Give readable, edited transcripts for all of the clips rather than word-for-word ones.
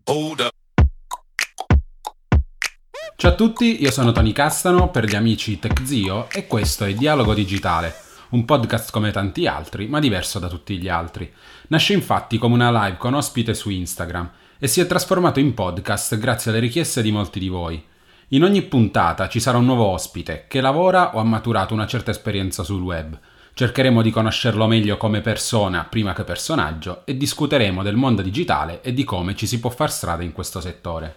Ciao a tutti, io sono Tony Castano, per gli amici TechZio, e questo è Dialogo Digitale, un podcast come tanti altri, ma diverso da tutti gli altri. Nasce infatti come una live con ospite su Instagram e si è trasformato in podcast grazie alle richieste di molti di voi. In ogni puntata ci sarà un nuovo ospite che lavora o ha maturato una certa esperienza sul web. Cercheremo di conoscerlo meglio come persona prima che personaggio e discuteremo del mondo digitale e di come ci si può far strada in questo settore.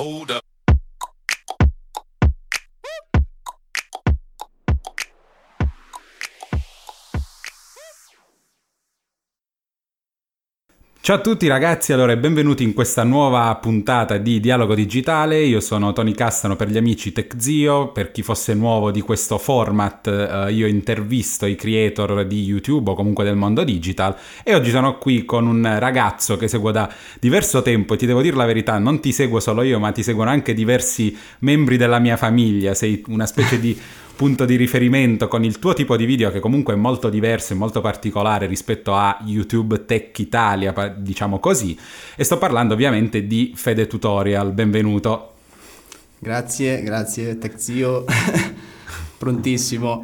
Ciao a tutti ragazzi, allora e benvenuti in questa nuova puntata di Dialogo Digitale. Io sono Tony Castano per gli amici TechZio. Per chi fosse nuovo di questo format, io intervisto i creator di YouTube o comunque del mondo digital, e oggi sono qui con un ragazzo che seguo da diverso tempo e ti devo dire la verità, non ti seguo solo io, ma ti seguono anche diversi membri della mia famiglia. Sei una specie di punto di riferimento con il tuo tipo di video, che comunque è molto diverso e molto particolare rispetto a YouTube Tech Italia, diciamo così, e sto parlando ovviamente di Fede Tutorial. Benvenuto. Grazie TechZio. Prontissimo.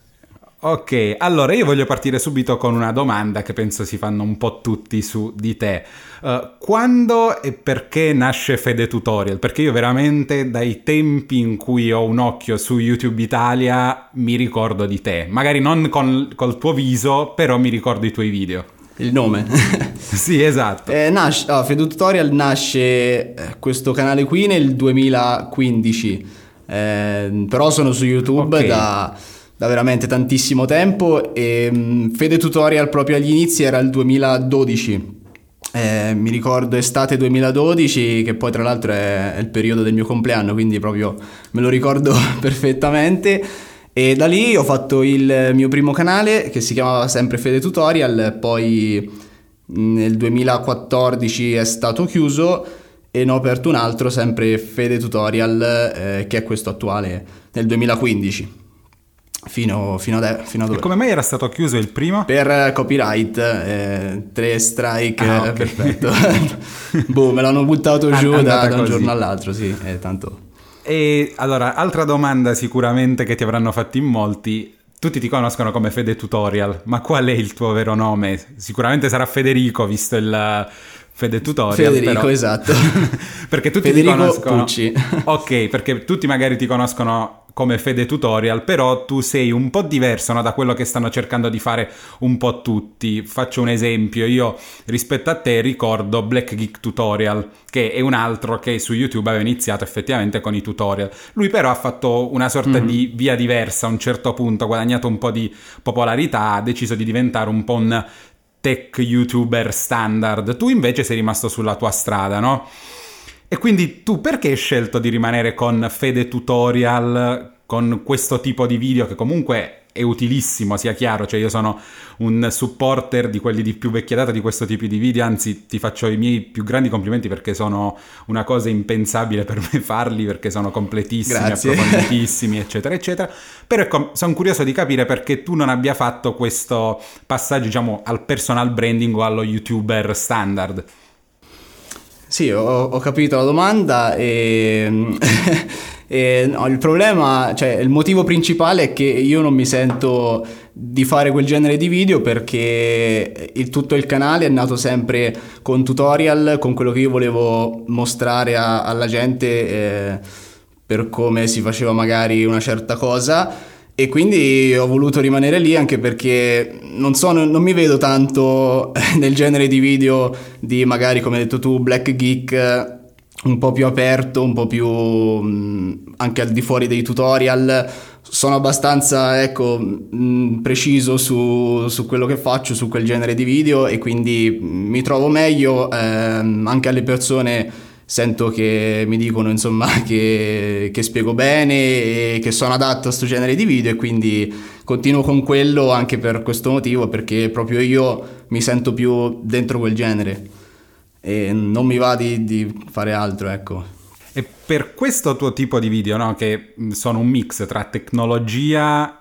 Ok, allora io voglio partire subito con una domanda che penso si fanno un po' tutti su di te. Quando e perché nasce Fede Tutorial? Perché io veramente dai tempi in cui ho un occhio su YouTube Italia mi ricordo di te. Magari non col tuo viso, però mi ricordo i tuoi video. Il nome. Sì, esatto. Fede Tutorial nasce questo canale qui nel 2015, però sono su YouTube Okay. da veramente tantissimo tempo, e Fede Tutorial proprio agli inizi era il 2012. Mi ricordo estate 2012, che poi tra l'altro è il periodo del mio compleanno, quindi proprio me lo ricordo perfettamente. E da lì ho fatto il mio primo canale che si chiamava sempre Fede Tutorial, poi nel 2014 è stato chiuso e ne ho aperto un altro, sempre Fede Tutorial, che è questo attuale, nel 2015. Fino a E dove? come mai era stato chiuso il primo? Per copyright, 3 strike, Ah, ok. perfetto. Boh, me l'hanno buttato giù Andata da un così. giorno all'altro, sì, tanto. E allora, altra domanda sicuramente che ti avranno fatto in molti. Tutti ti conoscono come Fede Tutorial, ma qual è il tuo vero nome? Sicuramente sarà Federico, visto il Fede Tutorial. Federico, però... esatto. Perché tutti Federico ti conoscono... Pucci. Ok, perché tutti magari ti conoscono come Fede Tutorial, però tu sei un po' diverso, no, da quello che stanno cercando di fare un po' tutti. Faccio un esempio, io rispetto a te ricordo Black Geek Tutorial, che è un altro che su YouTube aveva iniziato effettivamente con i tutorial. Lui però ha fatto una sorta di via diversa, a un certo punto ha guadagnato un po' di popolarità, ha deciso di diventare un po' un tech YouTuber standard. Tu invece sei rimasto sulla tua strada, no? E quindi tu perché hai scelto di rimanere con Fede Tutorial, con questo tipo di video che comunque è utilissimo, sia chiaro, cioè io sono un supporter di quelli di più vecchia data di questo tipo di video, anzi ti faccio i miei più grandi complimenti perché sono una cosa impensabile per me farli, perché sono completissimi, Grazie. approfonditissimi, eccetera, eccetera. Però ecco, sono curioso di capire perché tu non abbia fatto questo passaggio, diciamo, al personal branding o allo YouTuber standard. Sì, ho capito la domanda e no, il problema, cioè il motivo principale è che io non mi sento di fare quel genere di video perché tutto il canale è nato sempre con tutorial, con quello che io volevo mostrare alla gente, per come si faceva magari una certa cosa. E quindi ho voluto rimanere lì anche perché non mi vedo tanto nel genere di video di magari, come hai detto tu, Black Geek, un po' più aperto, un po' più anche al di fuori dei tutorial. Sono abbastanza, ecco, preciso su quello che faccio, su quel genere di video, e quindi mi trovo meglio, anche alle persone. Sento che mi dicono insomma che spiego bene e che sono adatto a sto genere di video, e quindi continuo con quello anche per questo motivo, perché proprio io mi sento più dentro quel genere e non mi va di fare altro, ecco. E per questo tuo tipo di video, no, che sono un mix tra tecnologia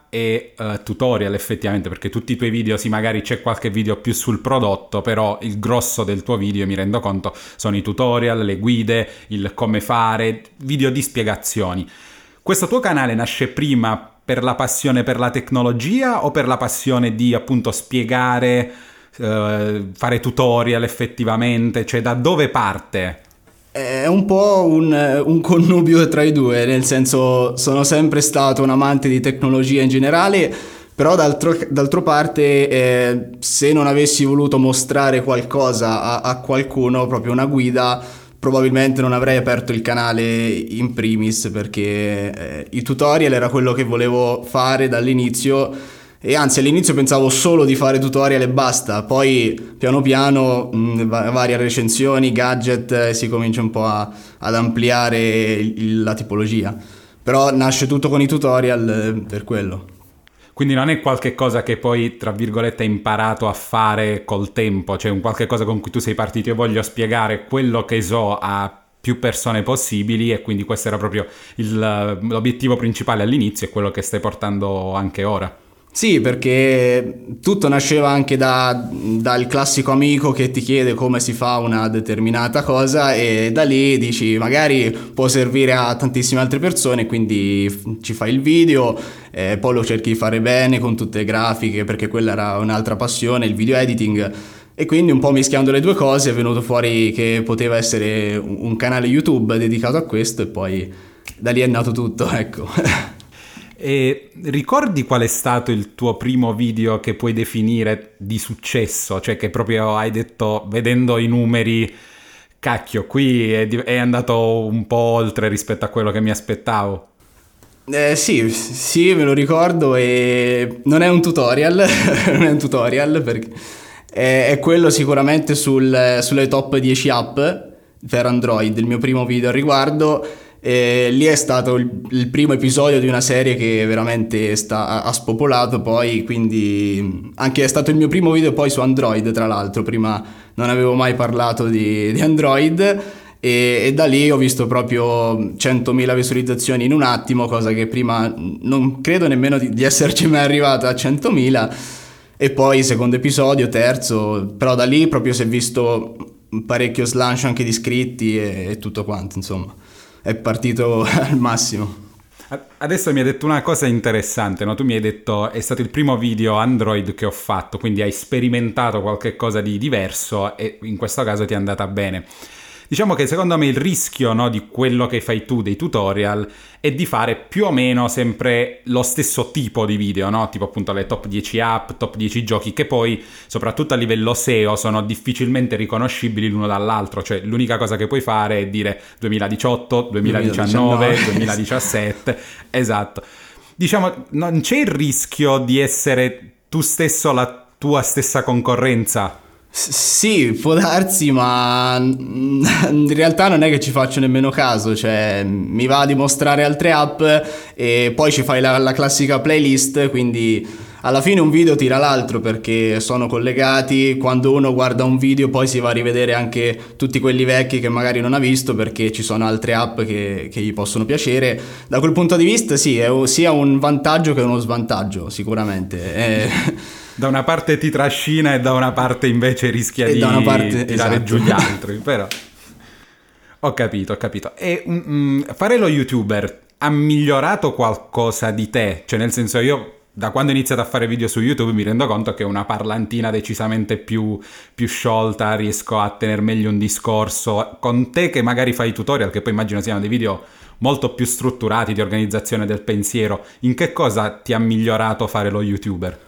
e tutorial effettivamente, perché tutti i tuoi video, sì, magari c'è qualche video più sul prodotto, però il grosso del tuo video, mi rendo conto, sono i tutorial, le guide, il come fare, video di spiegazioni. Questo tuo canale nasce prima per la passione per la tecnologia o per la passione di appunto spiegare, fare tutorial effettivamente? Cioè, da dove parte? È un po' un connubio tra i due, nel senso sono sempre stato un amante di tecnologia in generale, però d'altro parte se non avessi voluto mostrare qualcosa a qualcuno, proprio una guida, probabilmente non avrei aperto il canale in primis, perché i tutorial era quello che volevo fare dall'inizio. E anzi, all'inizio pensavo solo di fare tutorial e basta, poi piano piano varie recensioni, gadget, si comincia un po' ad ampliare la tipologia. Però nasce tutto con i tutorial per quello. Quindi non è qualche cosa che poi, tra virgolette, hai imparato a fare col tempo, cioè un qualche cosa con cui tu sei partito. Io voglio spiegare quello che so a più persone possibili, e quindi questo era proprio l'obiettivo principale all'inizio, e quello che stai portando anche ora. Sì, perché tutto nasceva anche dal classico amico che ti chiede come si fa una determinata cosa, e da lì dici magari può servire a tantissime altre persone, quindi ci fai il video, poi lo cerchi di fare bene con tutte le grafiche, perché quella era un'altra passione, il video editing, e quindi un po' mischiando le due cose è venuto fuori che poteva essere un canale YouTube dedicato a questo, e poi da lì è nato tutto, ecco. E ricordi qual è stato il tuo primo video che puoi definire di successo? Cioè che proprio hai detto, vedendo i numeri, cacchio, qui è andato un po' oltre rispetto a quello che mi aspettavo. Sì, me lo ricordo, e non è un tutorial, non è un tutorial perché è quello sicuramente sulle top 10 app per Android, il mio primo video al riguardo. Lì è stato il primo episodio di una serie che veramente ha spopolato poi, quindi anche è stato il mio primo video poi su Android, tra l'altro, prima non avevo mai parlato di Android, e da lì ho visto proprio 100.000 visualizzazioni in un attimo, cosa che prima non credo nemmeno di esserci mai arrivata a 100.000, e poi secondo episodio, terzo, però da lì proprio si è visto parecchio slancio anche di iscritti e tutto quanto, insomma. È partito al massimo. Adesso mi hai detto una cosa interessante, no? Tu mi hai detto è stato il primo video Android che ho fatto, quindi hai sperimentato qualche cosa di diverso e in questo caso ti è andata bene. Diciamo che secondo me il rischio, no, di quello che fai tu, dei tutorial, è di fare più o meno sempre lo stesso tipo di video, no? Tipo appunto le top 10 app, top 10 giochi, che poi, soprattutto a livello SEO, sono difficilmente riconoscibili l'uno dall'altro. Cioè l'unica cosa che puoi fare è dire 2018, 2019, 2017, esatto. Diciamo, non c'è il rischio di essere tu stesso la tua stessa concorrenza? Sì, può darsi, ma in realtà non è che ci faccio nemmeno caso, cioè mi va a dimostrare altre app e poi ci fai la classica playlist, quindi alla fine un video tira l'altro perché sono collegati. Quando uno guarda un video poi si va a rivedere anche tutti quelli vecchi che magari non ha visto, perché ci sono altre app che gli possono piacere. Da quel punto di vista sì, è sia un vantaggio che uno svantaggio sicuramente. Da una parte ti trascina e da una parte invece rischia di tirare esatto giù gli altri, però ho capito. E fare lo YouTuber ha migliorato qualcosa di te? Cioè, nel senso, io da quando ho iniziato a fare video su YouTube mi rendo conto che una parlantina decisamente più sciolta, riesco a tenere meglio un discorso. Con te che magari fai tutorial, che poi immagino siano dei video molto più strutturati di organizzazione del pensiero, in che cosa ti ha migliorato fare lo YouTuber?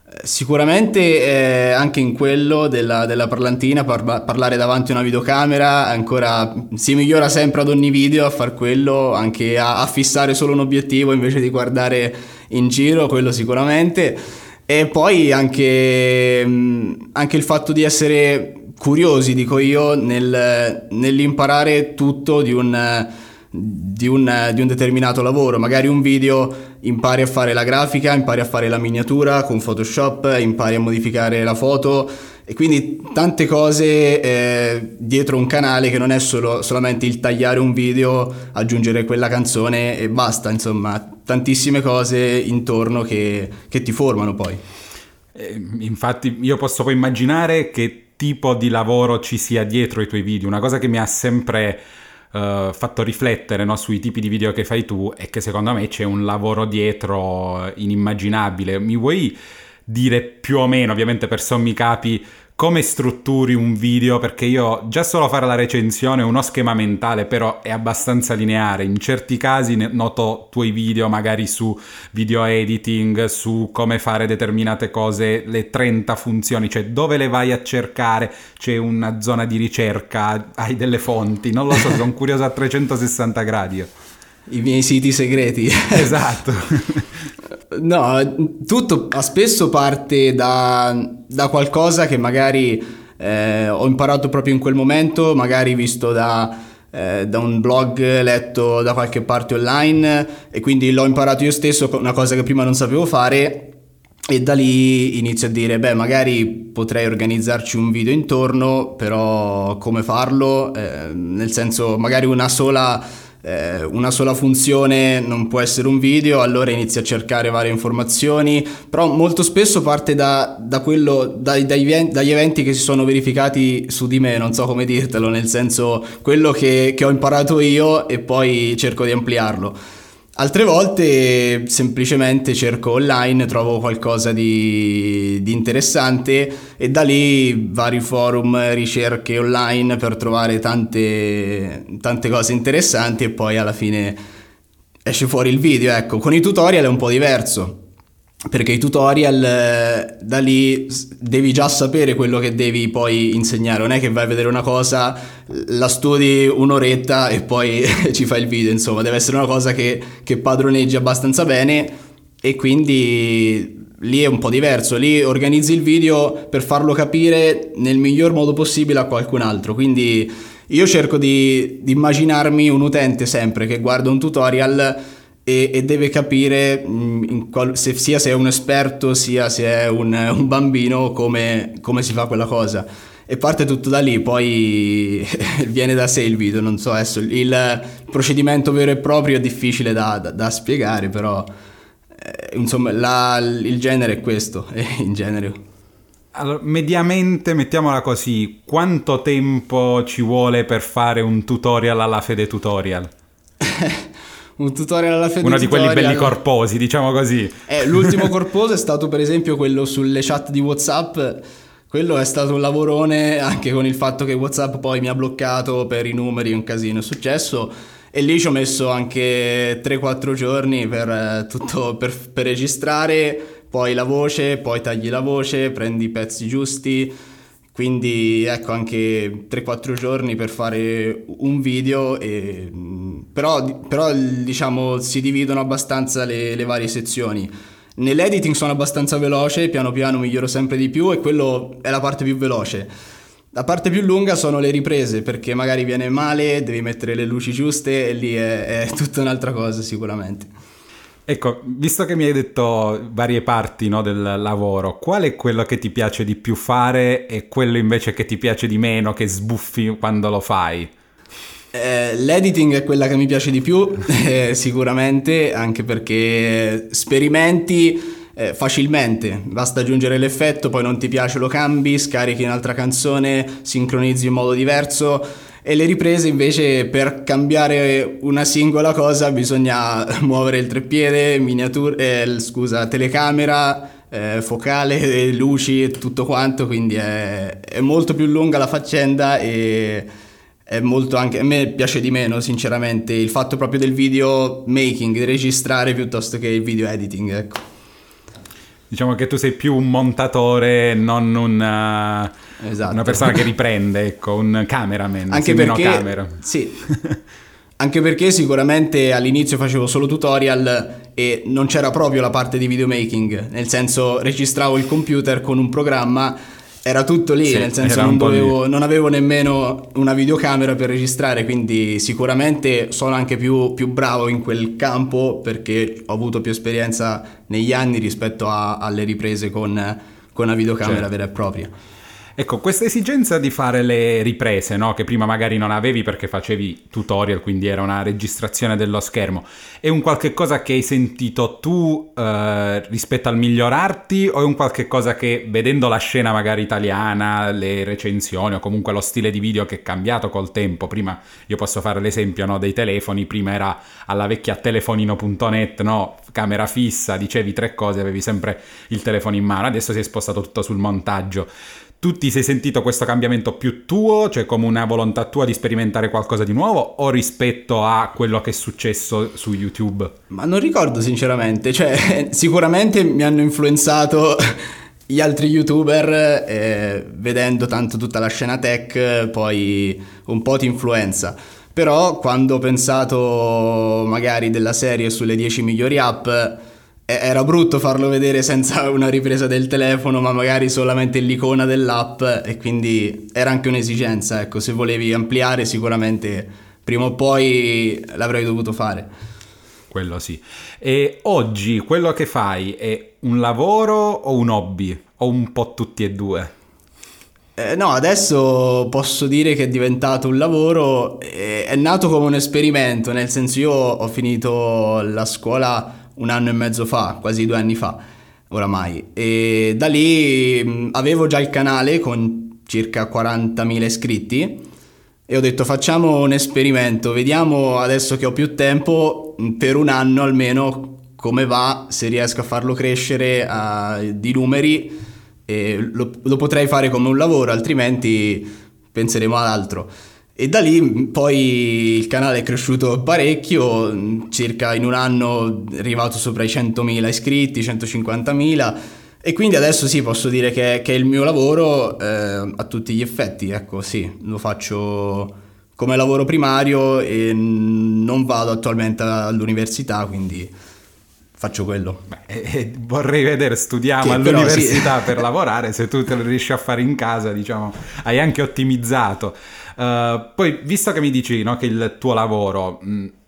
Sicuramente anche in quello della parlantina, parlare davanti a una videocamera, ancora si migliora sempre ad ogni video a far quello, anche a fissare solo un obiettivo invece di guardare in giro, quello sicuramente. E poi anche il fatto di essere curiosi, dico io, nell'imparare tutto di un determinato lavoro. Magari un video impari a fare la grafica, impari a fare la miniatura con Photoshop, impari a modificare la foto, e quindi tante cose dietro un canale che non è solamente il tagliare un video, aggiungere quella canzone e basta. Insomma, tantissime cose intorno che ti formano poi. Infatti io posso poi immaginare che tipo di lavoro ci sia dietro i tuoi video. Una cosa che mi ha sempre fatto riflettere, no, sui tipi di video che fai tu è che secondo me c'è un lavoro dietro inimmaginabile. Mi vuoi dire più o meno, ovviamente per sommi capi, come strutturi un video? Perché io già solo fare la recensione è uno schema mentale, però è abbastanza lineare. In certi casi noto tuoi video magari su video editing, su come fare determinate cose, le 30 funzioni, cioè dove le vai a cercare, c'è una zona di ricerca, hai delle fonti, non lo so, sono curioso a 360 gradi. I miei siti segreti. Esatto. No, tutto spesso parte da qualcosa che magari ho imparato proprio in quel momento, magari visto da un blog letto da qualche parte online, e quindi l'ho imparato io stesso, una cosa che prima non sapevo fare, e da lì inizio a dire, beh, magari potrei organizzarci un video intorno, però come farlo? Nel senso, magari una sola funzione non può essere un video, allora inizi a cercare varie informazioni, però molto spesso parte dagli eventi che si sono verificati su di me, non so come dirtelo, nel senso quello che ho imparato io, e poi cerco di ampliarlo. Altre volte semplicemente cerco online, trovo qualcosa di interessante, e da lì vari forum, ricerche online per trovare tante cose interessanti, e poi alla fine esce fuori il video. Ecco, con i tutorial è un po' diverso, perché i tutorial da lì devi già sapere quello che devi poi insegnare, non è che vai a vedere una cosa, la studi un'oretta e poi ci fai il video, insomma deve essere una cosa che padroneggi abbastanza bene, e quindi lì è un po' diverso, lì organizzi il video per farlo capire nel miglior modo possibile a qualcun altro. Quindi io cerco di immaginarmi un utente sempre che guarda un tutorial e deve capire sia se è un esperto sia se è un bambino come si fa quella cosa, e parte tutto da lì. Poi viene da sé il video, non so, adesso il procedimento vero e proprio è difficile da spiegare, però insomma il genere è questo, in genere. Allora, mediamente, mettiamola così, quanto tempo ci vuole per fare un tutorial alla Fede Tutorial? Un tutorial alla Fede Uno di Tutorial. quelli belli corposi, diciamo così. L'ultimo corposo è stato per esempio quello sulle chat di WhatsApp. Quello è stato un lavorone, anche con il fatto che WhatsApp poi mi ha bloccato per i numeri, un casino è successo, e lì ci ho messo anche 3-4 giorni per registrare, poi la voce, poi tagli la voce, prendi i pezzi giusti. Quindi ecco, anche 3-4 giorni per fare un video, però diciamo si dividono abbastanza le varie sezioni. Nell'editing sono abbastanza veloce, piano piano miglioro sempre di più, e quello è la parte più veloce. La parte più lunga sono le riprese, perché magari viene male, devi mettere le luci giuste, e lì è tutta un'altra cosa sicuramente. Ecco, visto che mi hai detto varie parti, no, del lavoro, qual è quello che ti piace di più fare e quello invece che ti piace di meno, che sbuffi quando lo fai? L'editing è quella che mi piace di più, sicuramente, anche perché sperimenti facilmente, basta aggiungere l'effetto, poi non ti piace lo cambi, scarichi un'altra canzone, sincronizzi in modo diverso. E le riprese invece, per cambiare una singola cosa bisogna muovere il treppiede, telecamera, focale, luci, tutto quanto, quindi è molto più lunga la faccenda, e è molto, anche a me piace di meno sinceramente il fatto proprio del video making, di registrare piuttosto che il video editing, ecco. Diciamo che tu sei più un montatore, non Esatto. Una persona che riprende, ecco, un cameraman, anche perché camera. Sì. Anche perché sicuramente all'inizio facevo solo tutorial e non c'era proprio la parte di videomaking, nel senso registravo il computer con un programma, era tutto lì, sì, nel senso non avevo nemmeno una videocamera per registrare, quindi sicuramente sono anche più bravo in quel campo perché ho avuto più esperienza negli anni rispetto alle riprese con una videocamera, certo, vera e propria. Ecco, questa esigenza di fare le riprese, no? Che prima magari non avevi perché facevi tutorial, quindi era una registrazione dello schermo, è un qualche cosa che hai sentito tu rispetto al migliorarti, o è un qualche cosa che vedendo la scena magari italiana, le recensioni o comunque lo stile di video che è cambiato col tempo? Prima io posso fare l'esempio, no, dei telefoni, prima era alla vecchia telefonino.net, no? Camera fissa, dicevi 3 cose, avevi sempre il telefono in mano, adesso si è spostato tutto sul montaggio. Tu ti sei sentito questo cambiamento più tuo, cioè come una volontà tua di sperimentare qualcosa di nuovo, o rispetto a quello che è successo su YouTube? Ma non ricordo sinceramente, cioè sicuramente mi hanno influenzato gli altri YouTuber, vedendo tanto tutta la scena tech, poi un po' ti influenza. Però quando ho pensato magari della serie sulle 10 migliori app, era brutto farlo vedere senza una ripresa del telefono, ma magari solamente l'icona dell'app, e quindi era anche un'esigenza, ecco, se volevi ampliare sicuramente prima o poi l'avrei dovuto fare. Quello sì. E oggi quello che fai è un lavoro o un hobby? O un po' tutti e due? No, adesso posso dire che è diventato un lavoro, è nato come un esperimento, nel senso io ho finito la scuola 1 anno e mezzo fa, quasi 2 anni fa, oramai, e da lì avevo già il canale con circa 40.000 iscritti e ho detto facciamo un esperimento, vediamo adesso che ho più tempo, per 1 anno almeno, come va, se riesco a farlo crescere di numeri, e lo potrei fare come un lavoro, altrimenti penseremo ad altro. E da lì poi il canale è cresciuto parecchio, circa in 1 anno è arrivato sopra i 100.000 iscritti, 150.000, e quindi adesso sì, posso dire che è il mio lavoro, a tutti gli effetti, ecco, sì, lo faccio come lavoro primario e non vado attualmente all'università, quindi faccio quello. Vorrei vedere, studiamo Che all'università sì. per lavorare, se tu te lo riesci a fare in casa, diciamo, hai anche ottimizzato. Poi, visto che mi dici, no, che il tuo lavoro,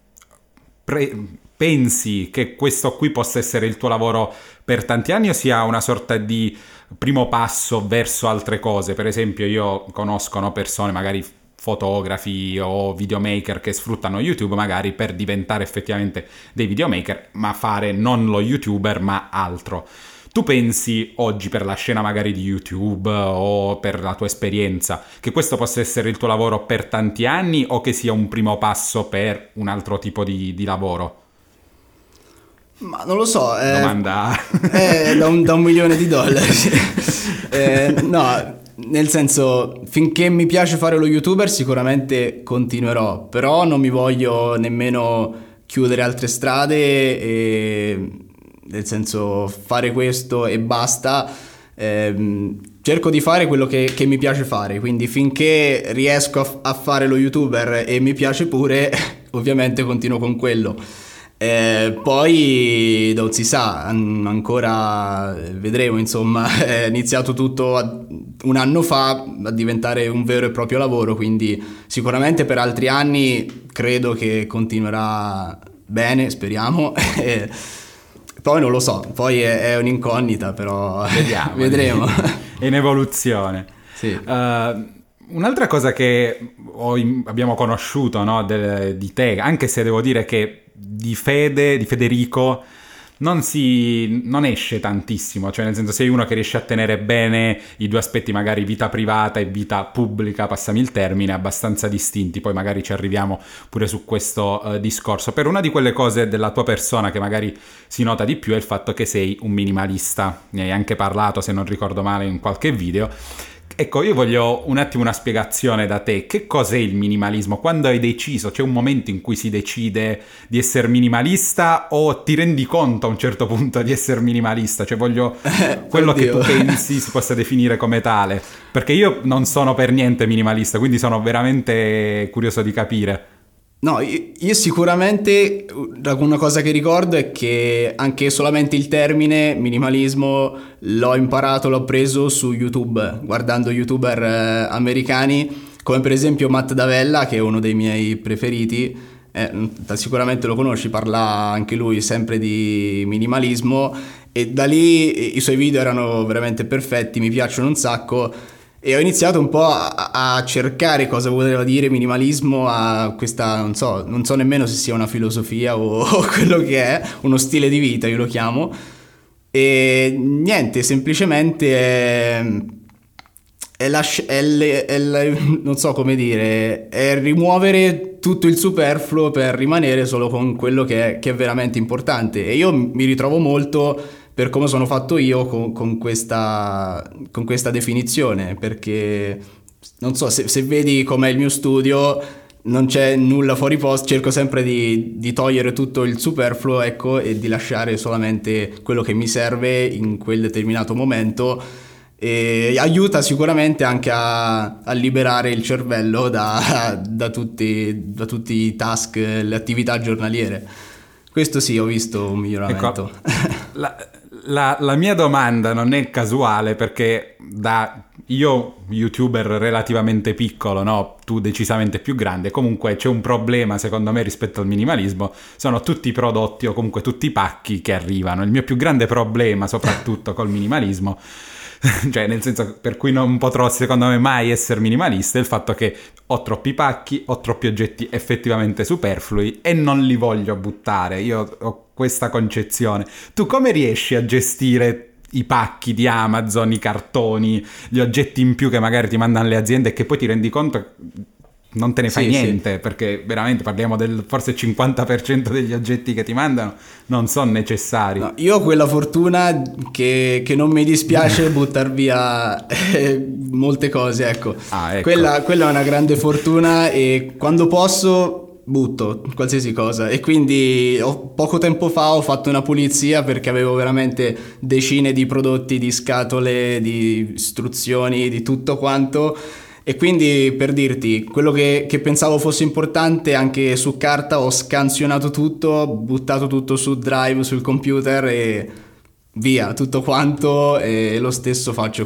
pensi che questo qui possa essere il tuo lavoro per tanti anni, o sia una sorta di primo passo verso altre cose? Per esempio, io conosco, no, persone, magari fotografi o videomaker, che sfruttano YouTube magari per diventare effettivamente dei videomaker, ma fare non lo YouTuber ma altro. Tu pensi oggi, per la scena magari di YouTube o per la tua esperienza, che questo possa essere il tuo lavoro per tanti anni, o che sia un primo passo per un altro tipo di lavoro? Ma non lo so, Domanda. da $1 milione. No, nel senso, finché mi piace fare lo YouTuber sicuramente continuerò, però non mi voglio nemmeno chiudere altre strade, e nel senso fare questo e basta. Cerco di fare quello che mi piace fare, quindi finché riesco a fare lo YouTuber e mi piace pure, ovviamente continuo con quello. Poi non si sa, ancora vedremo, insomma. È iniziato tutto 1 anno fa a diventare un vero e proprio lavoro, quindi sicuramente per altri anni credo che continuerà bene, speriamo. Poi non lo so, poi è un'incognita, però Vediamo. vedremo. È in evoluzione. Sì. Un'altra cosa che abbiamo conosciuto, no, di te, anche se devo dire che di Federico non esce tantissimo, cioè nel senso, sei uno che riesce a tenere bene i due aspetti, magari vita privata e vita pubblica, passami il termine, abbastanza distinti. Poi magari ci arriviamo pure su questo discorso. Per una di quelle cose della tua persona che magari si nota di più è il fatto che sei un minimalista, ne hai anche parlato, se non ricordo male, in qualche video. Ecco, io voglio un attimo una spiegazione da te. Che cos'è il minimalismo? Quando hai deciso? C'è un momento in cui si decide di essere minimalista, o ti rendi conto a un certo punto di essere minimalista? Cioè voglio quello che tu pensi si possa definire come tale. Perché io non sono per niente minimalista, quindi sono veramente curioso di capire. No, io sicuramente una cosa che ricordo è che anche solamente il termine minimalismo l'ho preso su YouTube, guardando YouTuber americani, come per esempio Matt D'Avella, che è uno dei miei preferiti. Sicuramente lo conosci, parla anche lui sempre di minimalismo, e da lì i suoi video erano veramente perfetti, mi piacciono un sacco. E ho iniziato un po' a cercare cosa voleva dire minimalismo, a questa, non so nemmeno se sia una filosofia o quello che è, uno stile di vita, io lo chiamo. E niente, semplicemente non so come dire, è rimuovere tutto il superfluo per rimanere solo con quello che è veramente importante. E io mi ritrovo molto per come sono fatto io con questa definizione, perché non so se vedi com'è il mio studio, non c'è nulla fuori posto, cerco sempre di togliere tutto il superfluo, ecco, e di lasciare solamente quello che mi serve in quel determinato momento, e aiuta sicuramente anche a liberare il cervello da tutti i task, le attività giornaliere. Questo sì, ho visto un miglioramento. Ecco, la mia domanda non è casuale, perché da io youtuber relativamente piccolo, no? Tu decisamente più grande, comunque c'è un problema secondo me rispetto al minimalismo, sono tutti i prodotti o comunque tutti i pacchi che arrivano. Il mio più grande problema soprattutto col minimalismo, cioè nel senso per cui non potrò secondo me mai essere minimalista, è il fatto che ho troppi pacchi, ho troppi oggetti effettivamente superflui e non li voglio buttare. Io ho questa concezione. Tu come riesci a gestire i pacchi di Amazon, i cartoni, gli oggetti in più che magari ti mandano le aziende e che poi ti rendi conto non te ne fai niente, sì. Perché veramente parliamo del forse 50% degli oggetti che ti mandano non sono necessari. No, io ho quella fortuna che non mi dispiace buttare via molte cose, ecco. Ecco. Quella è una grande fortuna, e quando posso butto qualsiasi cosa. E quindi poco tempo fa ho fatto una pulizia perché avevo veramente decine di prodotti, di scatole, di istruzioni, di tutto quanto. E quindi, per dirti, quello che pensavo fosse importante anche su carta ho scansionato tutto, buttato tutto su Drive, sul computer e via, tutto quanto. E lo stesso faccio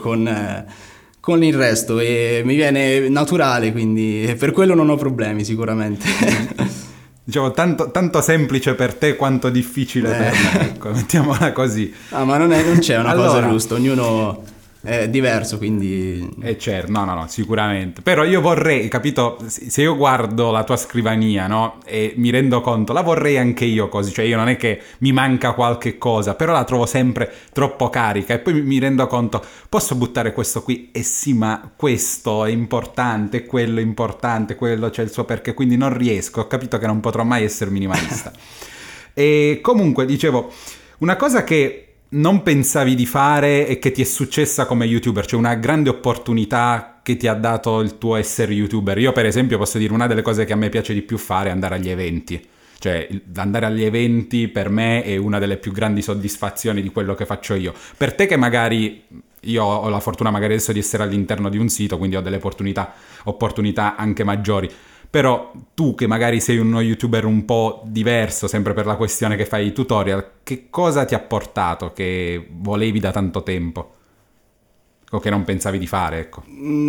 con il resto e mi viene naturale, quindi per quello non ho problemi sicuramente. Diciamo tanto semplice per te quanto difficile per me, ecco, mettiamola così. Ma non c'è una cosa giusta, ognuno è diverso, quindi certo, no, sicuramente. Però io vorrei, capito, se io guardo la tua scrivania, no, e mi rendo conto, la vorrei anche io così, cioè io non è che mi manca qualche cosa, però la trovo sempre troppo carica e poi mi rendo conto, posso buttare questo qui? Sì, ma questo è importante, quello è importante, quello c'è il suo perché, quindi non riesco, ho capito che non potrò mai essere minimalista. E comunque, dicevo, una cosa che non pensavi di fare e che ti è successa come youtuber, cioè una grande opportunità che ti ha dato il tuo essere youtuber. Io per esempio posso dire, una delle cose che a me piace di più fare è andare agli eventi, cioè andare agli eventi per me è una delle più grandi soddisfazioni di quello che faccio io. Per te che magari io ho la fortuna magari adesso di essere all'interno di un sito, quindi ho delle opportunità anche maggiori. Però tu che magari sei uno youtuber un po' diverso, sempre per la questione che fai i tutorial, che cosa ti ha portato che volevi da tanto tempo? O che non pensavi di fare, ecco.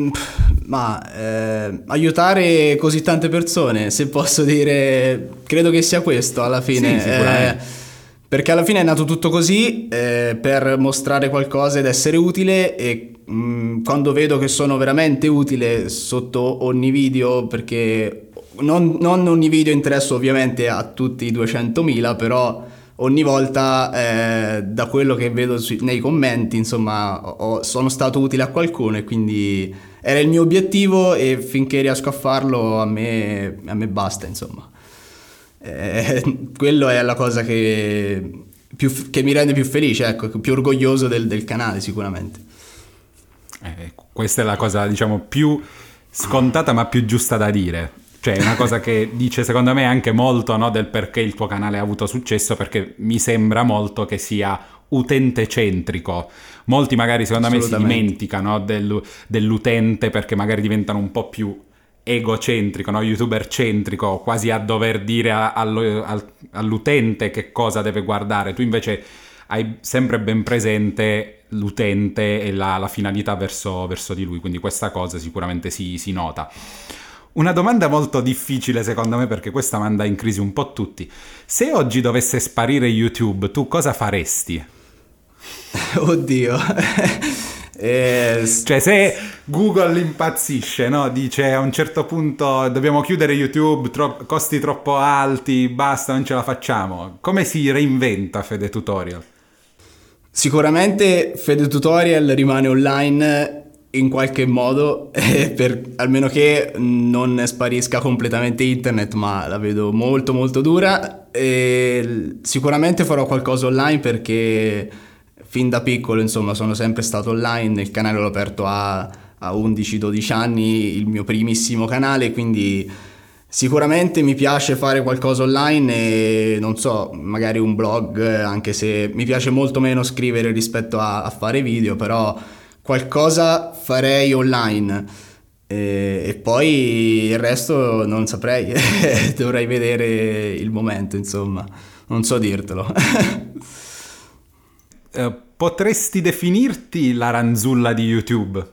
Aiutare così tante persone, se posso dire, credo che sia questo alla fine. Sì, sicuramente. Perché alla fine è nato tutto così, per mostrare qualcosa ed essere utile, e quando vedo che sono veramente utile sotto ogni video, perché non ogni video interessa ovviamente a tutti i 200.000, però ogni volta da quello che vedo nei commenti, insomma, sono stato utile a qualcuno, e quindi era il mio obiettivo, e finché riesco a farlo a me basta, insomma. Quello è la cosa che mi rende più felice, ecco, più orgoglioso del canale sicuramente. Questa è la cosa, diciamo, più scontata ma più giusta da dire. Cioè è una cosa che dice secondo me anche molto, no, del perché il tuo canale ha avuto successo, perché mi sembra molto che sia utente centrico. Molti magari secondo me si dimenticano dell'utente, perché magari diventano un po' più egocentrico, no? Youtuber centrico, quasi a dover dire all'utente che cosa deve guardare. Tu invece hai sempre ben presente l'utente e la finalità verso di lui, quindi questa cosa sicuramente si nota. Una domanda molto difficile secondo me, perché questa manda in crisi un po' tutti. Se oggi dovesse sparire YouTube, tu cosa faresti? Oddio. Cioè, se Google impazzisce, no? Dice a un certo punto dobbiamo chiudere YouTube, costi troppo alti, basta, non ce la facciamo. Come si reinventa Fede Tutorial? Sicuramente Fede Tutorial rimane online in qualche modo, almeno che non sparisca completamente internet, ma la vedo molto molto dura. E sicuramente farò qualcosa online perché fin da piccolo, insomma, sono sempre stato online. Il canale l'ho aperto a 11-12 anni, il mio primissimo canale, quindi sicuramente mi piace fare qualcosa online e non so, magari un blog, anche se mi piace molto meno scrivere rispetto a fare video, però qualcosa farei online. E poi il resto non saprei, dovrei vedere il momento, insomma, non so dirtelo. Potresti definirti la ranzulla di YouTube?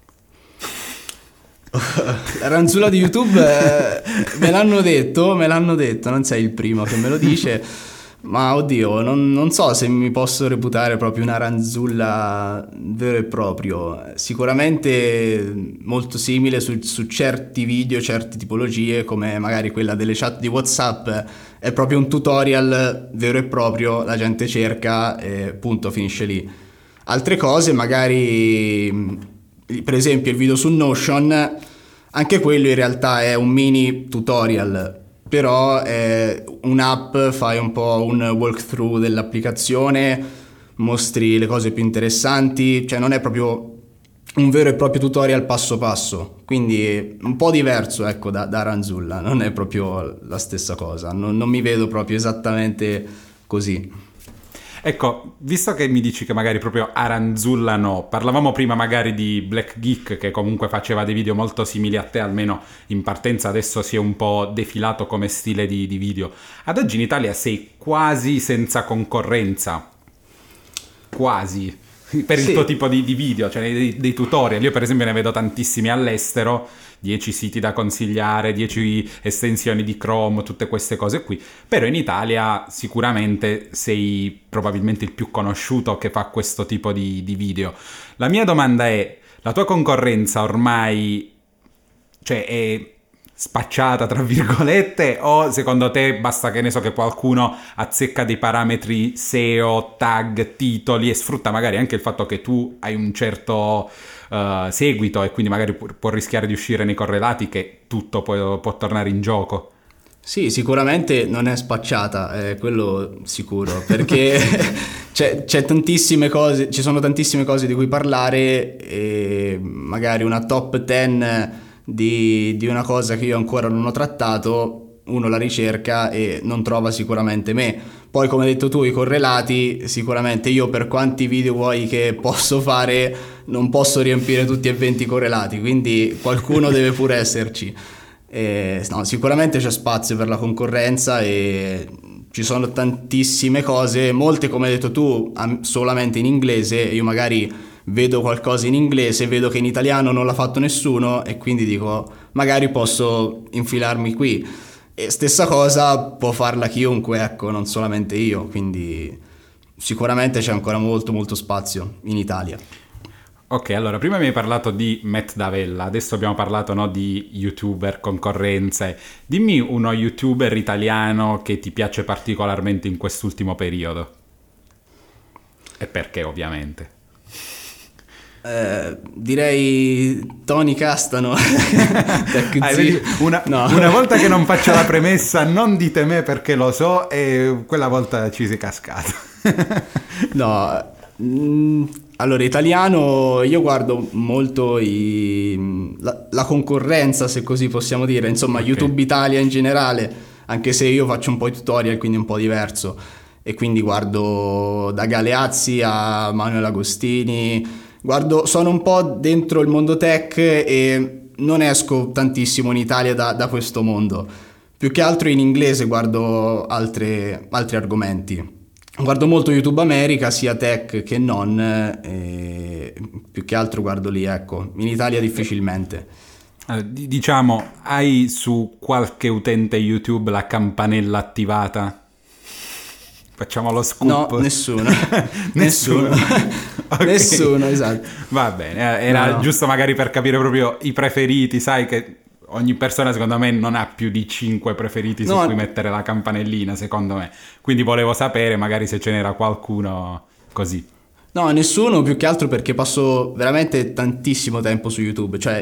La ranzulla di YouTube me l'hanno detto, non sei il primo che me lo dice, ma oddio, non so se mi posso reputare proprio una ranzulla vero e proprio. Sicuramente molto simile su certi video, certe tipologie, come magari quella delle chat di WhatsApp, è proprio un tutorial vero e proprio, la gente cerca e punto, finisce lì. Altre cose magari, per esempio il video su Notion, anche quello in realtà è un mini tutorial, però è un'app, fai un po' un walkthrough dell'applicazione, mostri le cose più interessanti, cioè non è proprio un vero e proprio tutorial passo passo, quindi è un po' diverso, ecco, da Ranzulla, non è proprio la stessa cosa, non mi vedo proprio esattamente così. Ecco, visto che mi dici che magari proprio Aranzulla no, parlavamo prima magari di Black Geek che comunque faceva dei video molto simili a te, almeno in partenza, adesso si è un po' defilato come stile di video. Ad oggi in Italia sei quasi senza concorrenza, quasi, per il tuo tipo di video, cioè dei tutorial. Io per esempio ne vedo tantissimi all'estero, 10 siti da consigliare, 10 estensioni di Chrome, tutte queste cose qui, però in Italia sicuramente sei probabilmente il più conosciuto che fa questo tipo di video. La mia domanda è, la tua concorrenza ormai, cioè, è spacciata tra virgolette, o secondo te basta, che ne so, che qualcuno azzecca dei parametri SEO, tag, titoli e sfrutta magari anche il fatto che tu hai un certo seguito e quindi magari può rischiare di uscire nei correlati, che tutto può tornare in gioco? Sì, sicuramente non è spacciata, quello sicuro, perché c'è tantissime cose, ci sono tantissime cose di cui parlare e magari una top 10 di una cosa che io ancora non ho trattato, uno la ricerca e non trova sicuramente me. Poi, come hai detto tu, i correlati, sicuramente io, per quanti video vuoi che posso fare, non posso riempire tutti e 20 correlati, quindi qualcuno deve pure esserci. No, sicuramente c'è spazio per la concorrenza e ci sono tantissime cose, molte, come hai detto tu, solamente in inglese. Io magari vedo qualcosa in inglese, vedo che in italiano non l'ha fatto nessuno e quindi dico magari posso infilarmi qui, e stessa cosa può farla chiunque, ecco, non solamente io, quindi sicuramente c'è ancora molto molto spazio in Italia. Ok, allora prima mi hai parlato di Matt Davella, adesso abbiamo parlato, no, di youtuber, concorrenze. Dimmi uno youtuber italiano che ti piace particolarmente in quest'ultimo periodo. E perché, ovviamente. Direi Tony Castano. Una volta che non faccio la premessa, non dite me perché lo so, e quella volta ci sei cascato. No, allora italiano io guardo molto la concorrenza, se così possiamo dire, insomma, okay. YouTube Italia in generale, anche se io faccio un po' i tutorial, quindi è un po' diverso, e quindi guardo da Galeazzi a Manuel Agostini, sono un po' dentro il mondo tech e non esco tantissimo in Italia da questo mondo, più che altro in inglese guardo altri argomenti. Guardo molto YouTube America, sia tech che non, e più che altro guardo lì, ecco. In Italia difficilmente. Diciamo, hai su qualche utente YouTube la campanella attivata? Facciamo lo scoop. No, nessuno. Nessuno. Ok. Nessuno, esatto. Va bene, era No. giusto magari per capire proprio i preferiti, sai che ogni persona secondo me non ha più di 5 preferiti su No. cui mettere la campanellina, secondo me. Quindi volevo sapere magari se ce n'era qualcuno così. No, nessuno, più che altro perché passo veramente tantissimo tempo su YouTube. Cioè,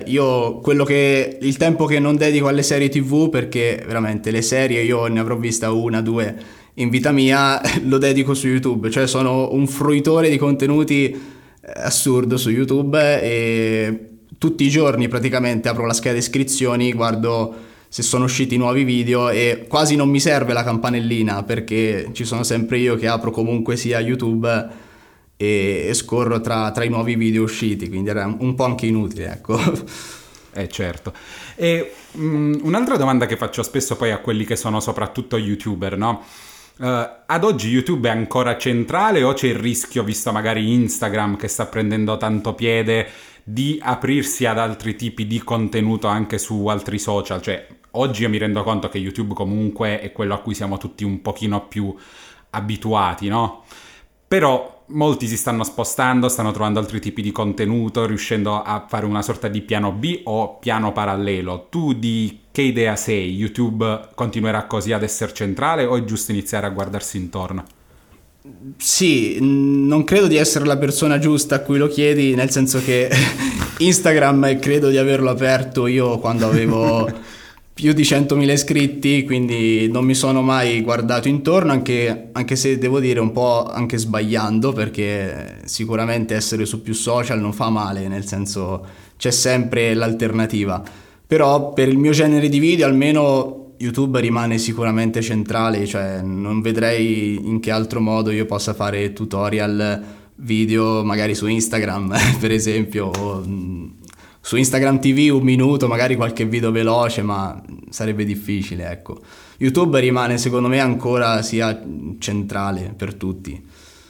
il tempo che non dedico alle serie TV, perché veramente le serie io ne avrò vista una, due in vita mia, lo dedico su YouTube. Cioè, sono un fruitore di contenuti assurdo su YouTube e tutti i giorni praticamente apro la scheda iscrizioni, guardo se sono usciti nuovi video e quasi non mi serve la campanellina perché ci sono sempre io che apro comunque sia YouTube e scorro tra i nuovi video usciti, quindi era un po' anche inutile, ecco. Certo. E un'altra domanda che faccio spesso poi a quelli che sono soprattutto YouTuber, no? Ad oggi YouTube è ancora centrale o c'è il rischio, visto magari Instagram che sta prendendo tanto piede, di aprirsi ad altri tipi di contenuto anche su altri social? Cioè, oggi io mi rendo conto che YouTube comunque è quello a cui siamo tutti un pochino più abituati, no? Però molti si stanno spostando, stanno trovando altri tipi di contenuto, riuscendo a fare una sorta di piano B o piano parallelo. Tu di che idea sei? YouTube continuerà così ad essere centrale o è giusto iniziare a guardarsi intorno? Sì, non credo di essere la persona giusta a cui lo chiedi, nel senso che Instagram credo di averlo aperto io quando avevo più di 100.000 iscritti, quindi non mi sono mai guardato intorno, anche se devo dire un po' anche sbagliando, perché sicuramente essere su più social non fa male, nel senso c'è sempre l'alternativa. Però per il mio genere di video almeno YouTube rimane sicuramente centrale, cioè non vedrei in che altro modo io possa fare tutorial video magari su Instagram per esempio, o su Instagram TV 1 minuto, magari qualche video veloce, ma sarebbe difficile, ecco. YouTube rimane secondo me ancora sia centrale per tutti.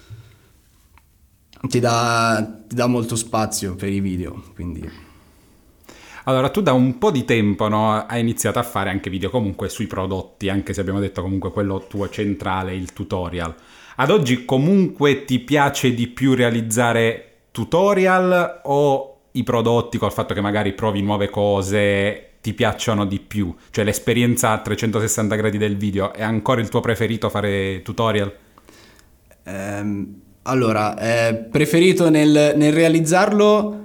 Ti dà molto spazio per i video, quindi... Allora, tu da un po' di tempo, no, hai iniziato a fare anche video comunque sui prodotti, anche se abbiamo detto comunque quello tuo centrale, il tutorial. Ad oggi comunque ti piace di più realizzare tutorial o i prodotti col fatto che magari provi nuove cose ti piacciono di più? Cioè l'esperienza a 360 gradi del video è ancora il tuo preferito fare tutorial? Allora, preferito nel realizzarlo?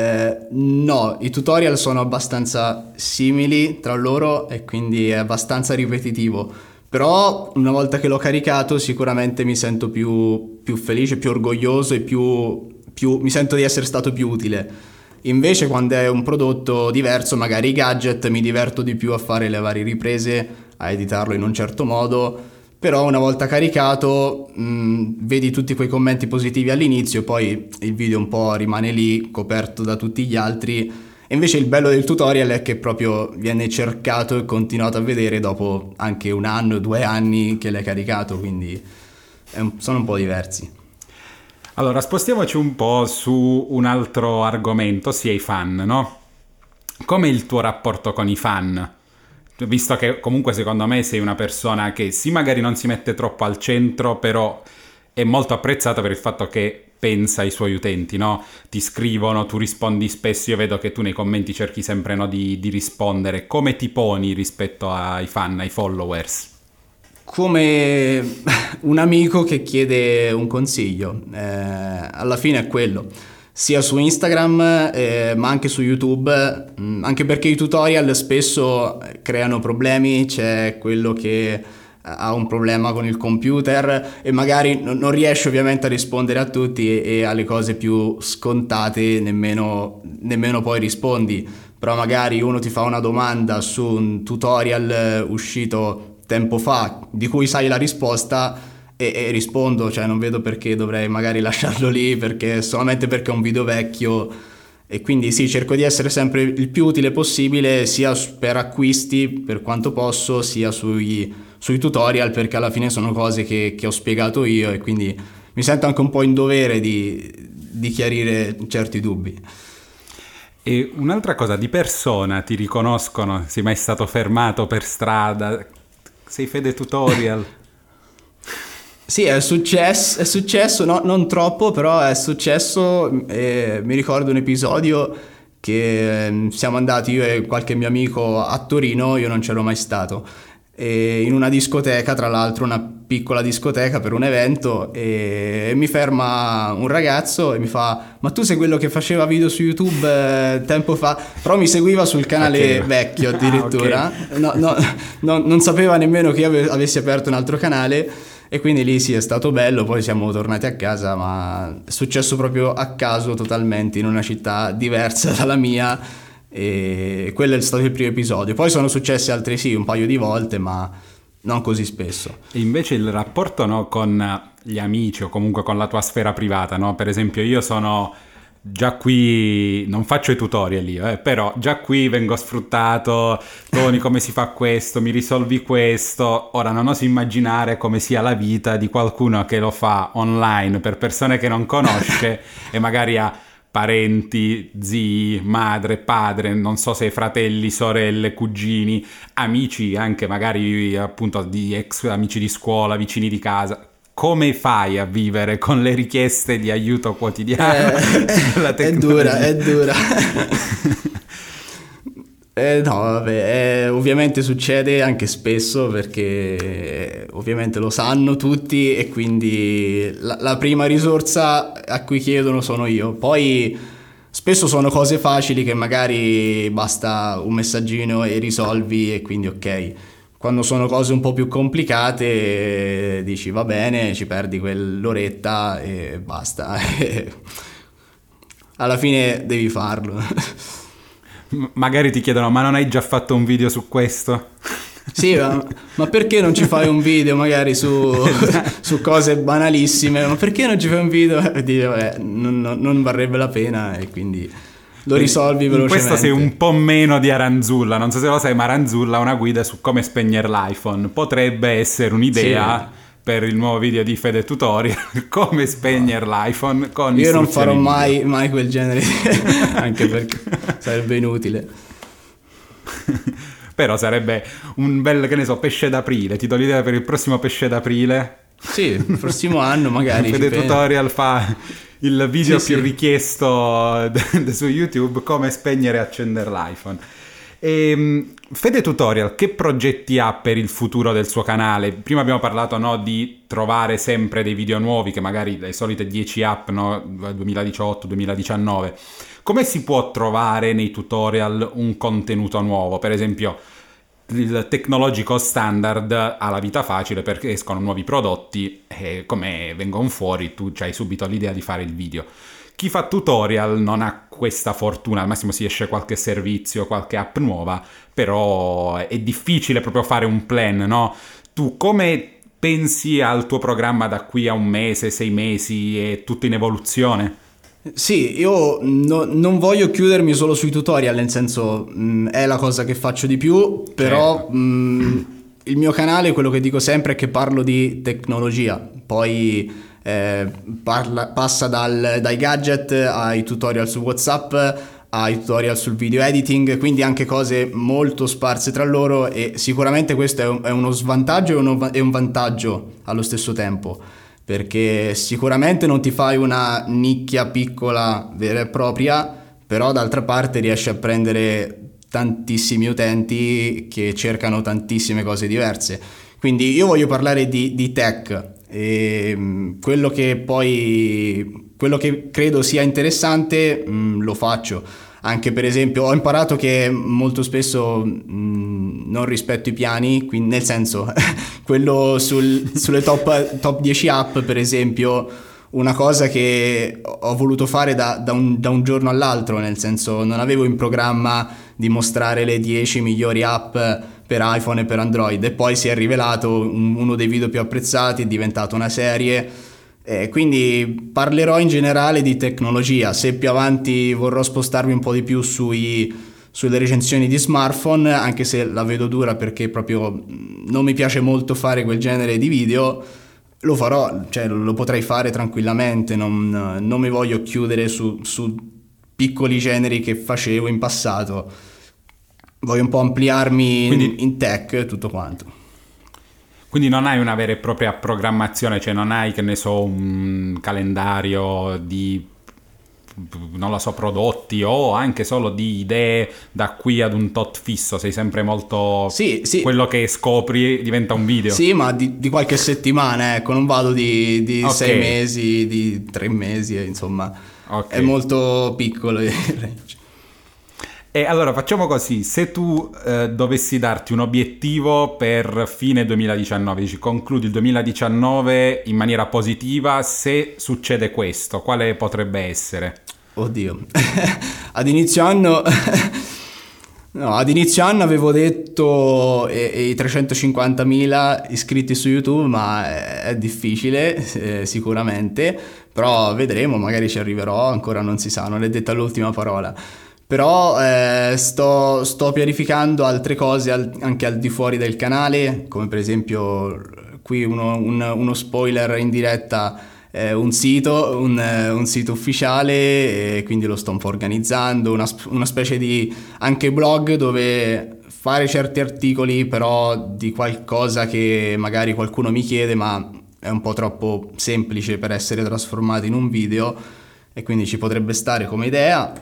No, i tutorial sono abbastanza simili tra loro e quindi è abbastanza ripetitivo. Però una volta che l'ho caricato sicuramente mi sento più felice, più orgoglioso e mi sento di essere stato più utile. Invece quando è un prodotto diverso, magari i gadget, mi diverto di più a fare le varie riprese, a editarlo in un certo modo, però una volta caricato vedi tutti quei commenti positivi all'inizio, poi il video un po' rimane lì coperto da tutti gli altri, e invece il bello del tutorial è che proprio viene cercato e continuato a vedere dopo anche 1 anno, 2 anni che l'hai caricato, quindi sono un po' diversi. Allora, spostiamoci un po' su un altro argomento, ossia i fan, no? Com'è il tuo rapporto con i fan? Visto che comunque secondo me sei una persona che sì, magari non si mette troppo al centro, però è molto apprezzata per il fatto che pensa ai suoi utenti, no? Ti scrivono, tu rispondi spesso, io vedo che tu nei commenti cerchi sempre, no, di rispondere. Come ti poni rispetto ai fan, ai followers? Come un amico che chiede un consiglio, alla fine è quello, sia su Instagram ma anche su YouTube, anche perché i tutorial spesso creano problemi, c'è quello che ha un problema con il computer e magari non riesce ovviamente a rispondere a tutti e alle cose più scontate nemmeno poi rispondi, però magari uno ti fa una domanda su un tutorial uscito tempo fa di cui sai la risposta e rispondo, cioè non vedo perché dovrei magari lasciarlo lì solamente perché è un video vecchio, e quindi sì, cerco di essere sempre il più utile possibile sia per acquisti per quanto posso, sia sui tutorial, perché alla fine sono cose che ho spiegato io e quindi mi sento anche un po' in dovere di chiarire certi dubbi. E un'altra cosa, di persona ti riconoscono? Sei mai stato fermato per strada? Sei Fede Tutorial? Sì, è successo, no, non troppo, però è successo. Mi ricordo un episodio che siamo andati io e qualche mio amico a Torino, io non c'ero mai stato, e in una discoteca, tra l'altro una piccola discoteca per un evento, e mi ferma un ragazzo e mi fa: ma tu sei quello che faceva video su YouTube tempo fa? Però mi seguiva sul canale Ok. vecchio addirittura. Ok. Non sapeva nemmeno che io avessi aperto un altro canale. E quindi lì sì, è stato bello, poi siamo tornati a casa, ma è successo proprio a caso totalmente, in una città diversa dalla mia, e quello è stato il primo episodio. Poi sono successi altri sì, un paio di volte, ma non così spesso. E invece il rapporto, no, con gli amici o comunque con la tua sfera privata, no? Per esempio io sono già qui, non faccio i tutorial io, però già qui vengo sfruttato, Tony come si fa questo, mi risolvi questo. Ora non oso immaginare come sia la vita di qualcuno che lo fa online per persone che non conosce e magari ha parenti, zii, madre, padre, non so se fratelli, sorelle, cugini, amici anche magari appunto di ex amici di scuola, vicini di casa. Come fai a vivere con le richieste di aiuto quotidiano della È dura, tecnologia? è dura. No, vabbè, ovviamente succede anche spesso perché ovviamente lo sanno tutti e quindi la prima risorsa a cui chiedono sono io. Poi spesso sono cose facili che magari basta un messaggino e risolvi e quindi ok. Quando sono cose un po' più complicate dici va bene, ci perdi quell'oretta e basta. Alla fine devi farlo. Magari ti chiedono, ma non hai già fatto un video su questo? Sì, ma perché non ci fai un video magari su cose banalissime? Ma perché non ci fai un video? E dici, vabbè, non varrebbe la pena e quindi lo risolvi In velocemente. questo sei un po' meno di Aranzulla, non so se lo sai, ma Aranzulla ha una guida su come spegnere l'iPhone. Potrebbe essere un'idea Sì. per il nuovo video di Fede Tutorial, come spegnere l'iPhone con Io non istruzioni farò video. mai quel genere, anche perché sarebbe inutile. Però sarebbe un bel, che ne so, pesce d'aprile. Ti do l'idea per il prossimo pesce d'aprile. Sì, il prossimo anno magari ci Fede penso. Tutorial fa il video Sì, più sì. richiesto su YouTube, come spegnere e accendere l'iPhone. Fede Tutorial, che progetti ha per il futuro del suo canale? Prima abbiamo parlato, no, di trovare sempre dei video nuovi, che magari le solite 10 app, no, 2018-2019. Come si può trovare nei tutorial un contenuto nuovo? Per esempio, il tecnologico standard ha la vita facile perché escono nuovi prodotti e come vengono fuori tu hai subito l'idea di fare il video. Chi fa tutorial non ha questa fortuna, al massimo si esce qualche servizio, qualche app nuova, però è difficile proprio fare un plan, no? Tu come pensi al tuo programma da qui a un mese, 6 mesi, è tutto in evoluzione? Sì, io non voglio chiudermi solo sui tutorial, nel senso è la cosa che faccio di più, però Certo. il mio canale, quello che dico sempre è che parlo di tecnologia, poi passa dai gadget ai tutorial su WhatsApp, ai tutorial sul video editing, quindi anche cose molto sparse tra loro e sicuramente questo è uno svantaggio e un vantaggio allo stesso tempo. Perché sicuramente non ti fai una nicchia piccola vera e propria, però d'altra parte riesci a prendere tantissimi utenti che cercano tantissime cose diverse. Quindi io voglio parlare di tech e quello che credo sia interessante lo faccio. Anche per esempio ho imparato che molto spesso non rispetto i piani, quindi nel senso quello sulle top 10 app per esempio, una cosa che ho voluto fare da un giorno all'altro, nel senso non avevo in programma di mostrare le 10 migliori app per iPhone e per Android e poi si è rivelato uno dei video più apprezzati, è diventato una serie. Quindi parlerò in generale di tecnologia, se più avanti vorrò spostarmi un po' di più sulle recensioni di smartphone, anche se la vedo dura perché proprio non mi piace molto fare quel genere di video, lo farò, cioè lo potrei fare tranquillamente, non mi voglio chiudere su piccoli generi che facevo in passato, voglio un po' ampliarmi Quindi in tech, tutto quanto. Quindi non hai una vera e propria programmazione, cioè non hai, che ne so, un calendario di, non lo so, prodotti o anche solo di idee da qui ad un tot fisso, sei sempre molto... Sì, sì. Quello che scopri diventa un video. Sì, ma di qualche settimana, ecco, non vado di Ok. 6 mesi, di 3 mesi, insomma, Ok. è molto piccolo il range. E allora facciamo così, se tu dovessi darti un obiettivo per fine 2019, dici concludi il 2019 in maniera positiva, se succede questo, quale potrebbe essere? Oddio, ad inizio anno... No, ad inizio anno avevo detto i 350.000 iscritti su YouTube, ma è difficile, sicuramente, però vedremo, magari ci arriverò, ancora non si sa, non è detta l'ultima parola. Però sto pianificando altre cose anche al di fuori del canale, come per esempio qui uno spoiler in diretta, un sito ufficiale, e quindi lo sto un po' organizzando, una specie di anche blog dove fare certi articoli, però di qualcosa che magari qualcuno mi chiede, ma è un po' troppo semplice per essere trasformato in un video, e quindi ci potrebbe stare come idea.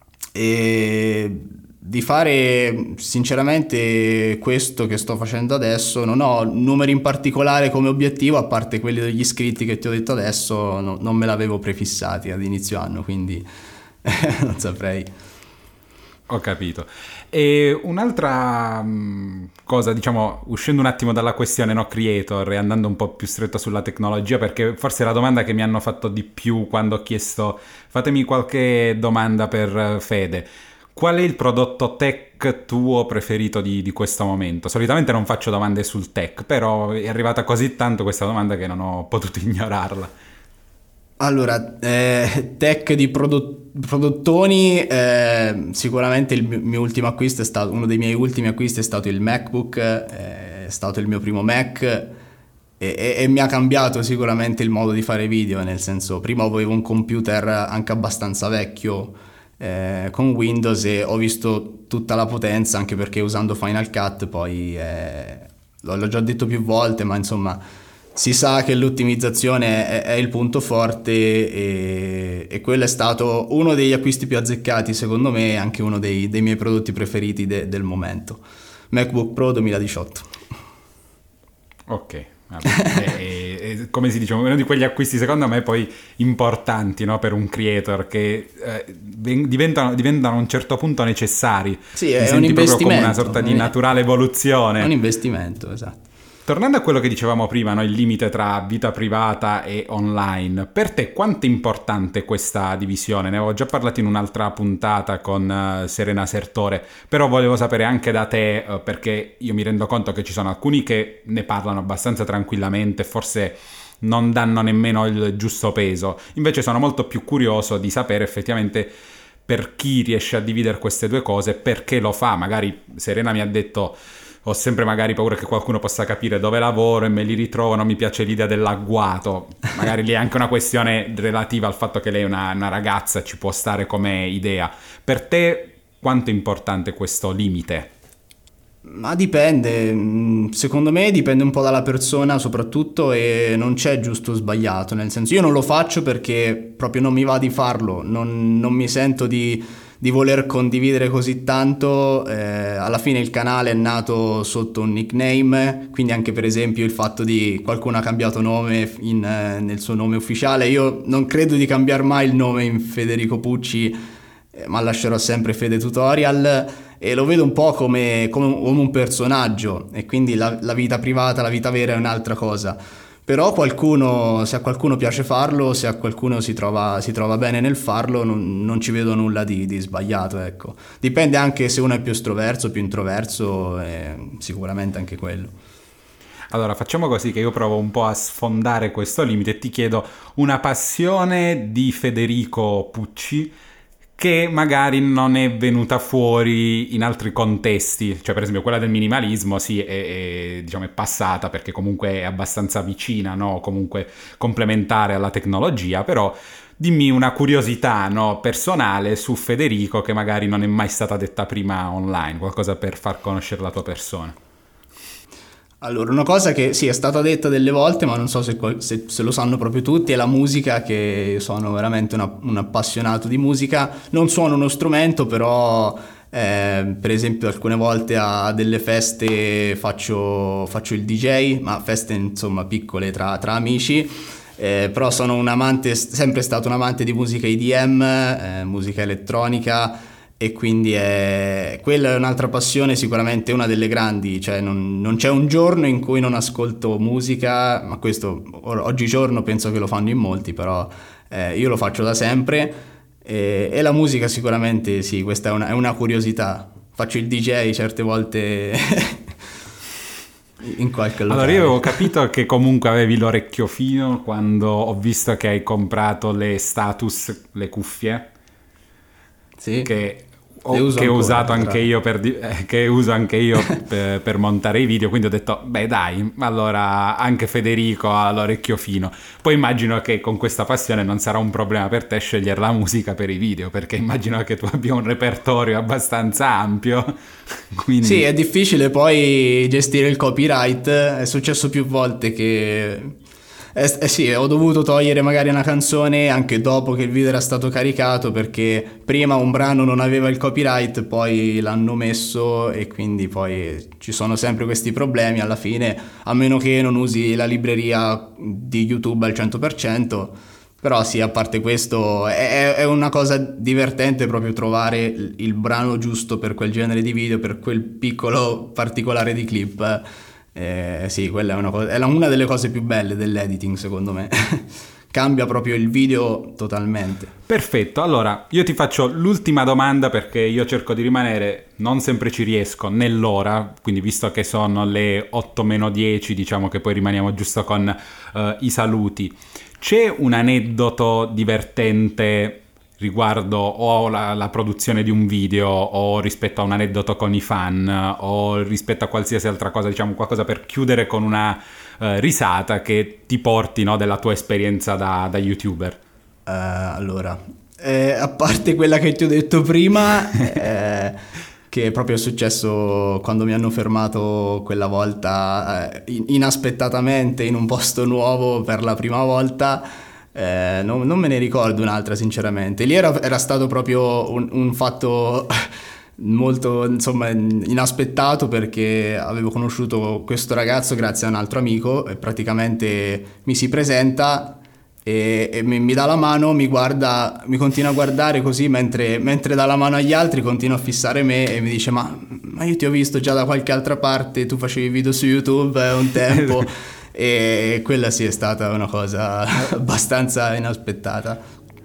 E di fare sinceramente questo che sto facendo adesso. Non ho numeri in particolare come obiettivo, a parte quelli degli iscritti che ti ho detto adesso, non me l'avevo prefissati ad inizio anno, quindi non saprei. Ho capito. E un'altra cosa, diciamo, uscendo un attimo dalla questione no creator e andando un po' più stretto sulla tecnologia, perché forse è la domanda che mi hanno fatto di più quando ho chiesto fatemi qualche domanda per Fede. Qual è il prodotto tech tuo preferito di questo momento? Solitamente non faccio domande sul tech, però è arrivata così tanto questa domanda che non ho potuto ignorarla. Allora, tech di prodottoni, sicuramente il mio ultimo acquisto è stato, uno dei miei ultimi acquisti è stato il MacBook, è stato il mio primo Mac, e mi ha cambiato sicuramente il modo di fare video, nel senso, prima avevo un computer anche abbastanza vecchio, con Windows, e ho visto tutta la potenza, anche perché usando Final Cut poi, l'ho già detto più volte, ma insomma si sa che l'ottimizzazione è il punto forte, e quello è stato uno degli acquisti più azzeccati secondo me, e anche uno dei miei prodotti preferiti del momento. MacBook Pro 2018. Ok, vabbè. Come si dice, uno di quegli acquisti secondo me poi importanti, no, per un creator, che diventano a un certo punto necessari. Sì, Ti è un senti proprio come una investimento. sorta di naturale evoluzione. È un investimento, esatto. Tornando a quello che dicevamo prima, no, il limite tra vita privata e online, per te quanto è importante questa divisione? Ne avevo già parlato in un'altra puntata con Serena Sertore, però volevo sapere anche da te, perché io mi rendo conto che ci sono alcuni che ne parlano abbastanza tranquillamente, forse non danno nemmeno il giusto peso. Invece sono molto più curioso di sapere effettivamente per chi riesce a dividere queste due cose, perché lo fa. Magari Serena mi ha detto: ho sempre magari paura che qualcuno possa capire dove lavoro e me li ritrovo, non mi piace l'idea dell'agguato. Magari lì è anche una questione relativa al fatto che lei è una ragazza, ci può stare come idea. Per te quanto è importante questo limite? Ma dipende, secondo me dipende un po' dalla persona soprattutto, e non c'è giusto o sbagliato, nel senso, io non lo faccio perché proprio non mi va di farlo, non mi sento di voler condividere così tanto. Alla fine il canale è nato sotto un nickname, quindi anche per esempio il fatto di qualcuno ha cambiato nome nel suo nome ufficiale, io non credo di cambiare mai il nome in Federico Pucci, ma lascerò sempre Fede Tutorial, e lo vedo un po' come un personaggio, e quindi la vita privata, la vita vera è un'altra cosa. Però se a qualcuno piace farlo, se a qualcuno si trova bene nel farlo, non ci vedo nulla di sbagliato, ecco. Dipende anche se uno è più estroverso, più introverso, sicuramente anche quello. Allora facciamo così, che io provo un po' a sfondare questo limite e ti chiedo una passione di Federico Pucci che magari non è venuta fuori in altri contesti. Cioè per esempio quella del minimalismo sì, diciamo, è passata perché comunque è abbastanza vicina, no? Comunque complementare alla tecnologia, però dimmi una curiosità, no, personale su Federico che magari non è mai stata detta prima online, qualcosa per far conoscere la tua persona. Allora, una cosa che sì è stata detta delle volte, ma non so se lo sanno proprio tutti, è la musica, che sono veramente un appassionato di musica. Non suono uno strumento, però per esempio alcune volte a delle feste faccio il DJ, ma feste insomma piccole tra amici. Però sono un amante, sempre stato un amante di musica EDM, musica elettronica, e quindi quella è un'altra passione, sicuramente una delle grandi, cioè non c'è un giorno in cui non ascolto musica, ma questo oggigiorno penso che lo fanno in molti, però io lo faccio da sempre, e la musica sicuramente sì, questa è una curiosità. Faccio il DJ certe volte in qualche locale. Allora, io avevo capito che comunque avevi l'orecchio fino quando ho visto che hai comprato le Status, le cuffie. Sì. Che ho usato anche io che uso anche io per montare i video, quindi ho detto beh dai, allora anche Federico ha l'orecchio fino. Poi immagino che con questa passione non sarà un problema per te scegliere la musica per i video, perché immagino che tu abbia un repertorio abbastanza ampio. Quindi... Sì, è difficile poi gestire il copyright, è successo più volte che... sì, ho dovuto togliere magari una canzone anche dopo che il video era stato caricato, perché prima un brano non aveva il copyright, poi l'hanno messo, e quindi poi ci sono sempre questi problemi alla fine, a meno che non usi la libreria di YouTube al 100%. Però sì, a parte questo è una cosa divertente proprio trovare il brano giusto per quel genere di video, per quel piccolo particolare di clip. Sì, quella è una delle cose più belle dell'editing, secondo me. Cambia proprio il video totalmente. Perfetto, allora io ti faccio l'ultima domanda, perché io cerco di rimanere, non sempre ci riesco, nell'ora, quindi visto che sono le 8-10, diciamo che poi rimaniamo giusto con i saluti. C'è un aneddoto divertente riguardo o la produzione di un video, o rispetto a un aneddoto con i fan, o rispetto a qualsiasi altra cosa, diciamo qualcosa per chiudere con una risata che ti porti, no, della tua esperienza da YouTuber? Allora, a parte quella che ti ho detto prima, che proprio è successo quando mi hanno fermato quella volta inaspettatamente in un posto nuovo per la prima volta. Non me ne ricordo un'altra sinceramente. Lì era stato proprio un fatto molto, insomma, inaspettato, perché avevo conosciuto questo ragazzo grazie a un altro amico, e praticamente mi si presenta e mi dà la mano, mi guarda, mi continua a guardare così, mentre dà la mano agli altri continua a fissare me e mi dice ma io ti ho visto già da qualche altra parte, tu facevi video su YouTube un tempo. E quella sì è stata una cosa abbastanza inaspettata.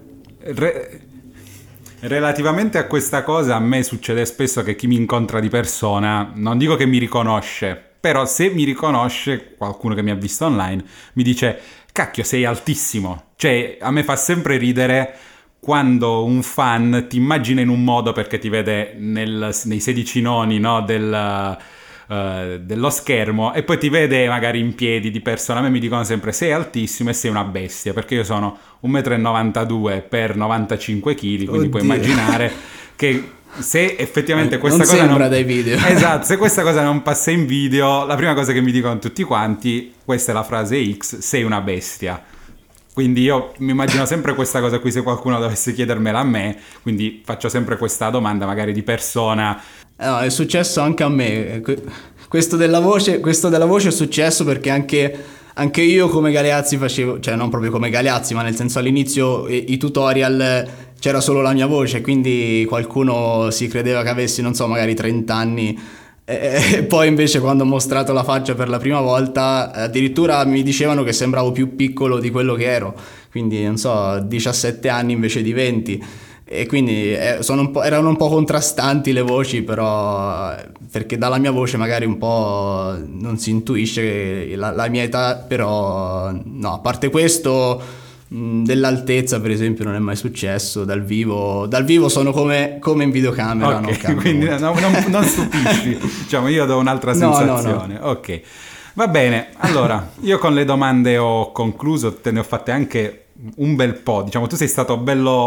Relativamente a questa cosa, a me succede spesso che chi mi incontra di persona, non dico che mi riconosce, però se mi riconosce, qualcuno che mi ha visto online, mi dice cacchio sei altissimo. Cioè a me fa sempre ridere quando un fan ti immagina in un modo perché ti vede nei 16 noni, no, dello schermo, e poi ti vede magari in piedi di persona. A me mi dicono sempre sei altissimo e sei una bestia, perché io sono 1,92 m per 95 kg, quindi Oddio. puoi immaginare che se effettivamente questa non cosa sembra dai video. Esatto, se questa cosa non passa in video, la prima cosa che mi dicono tutti quanti, questa è la frase X, sei una bestia. Quindi io mi immagino sempre questa cosa qui, se qualcuno dovesse chiedermela a me, quindi faccio sempre questa domanda magari di persona. No, è successo anche a me. Questo della voce è successo perché anche io come Galeazzi facevo, cioè non proprio come Galeazzi, ma nel senso all'inizio i tutorial c'era solo la mia voce, quindi qualcuno si credeva che avessi, non so, magari 30 anni. E poi invece quando ho mostrato la faccia per la prima volta addirittura mi dicevano che sembravo più piccolo di quello che ero, quindi non so, 17 anni invece di 20, e quindi erano un po' contrastanti le voci, però perché dalla mia voce magari un po' non si intuisce la mia età, però no, a parte questo dell'altezza per esempio non è mai successo. Dal vivo sono come in videocamera, okay, quindi non stupisci. Diciamo, io do un'altra sensazione. No. Ok, va bene, allora io con le domande ho concluso, te ne ho fatte anche un bel po', diciamo tu sei stato bello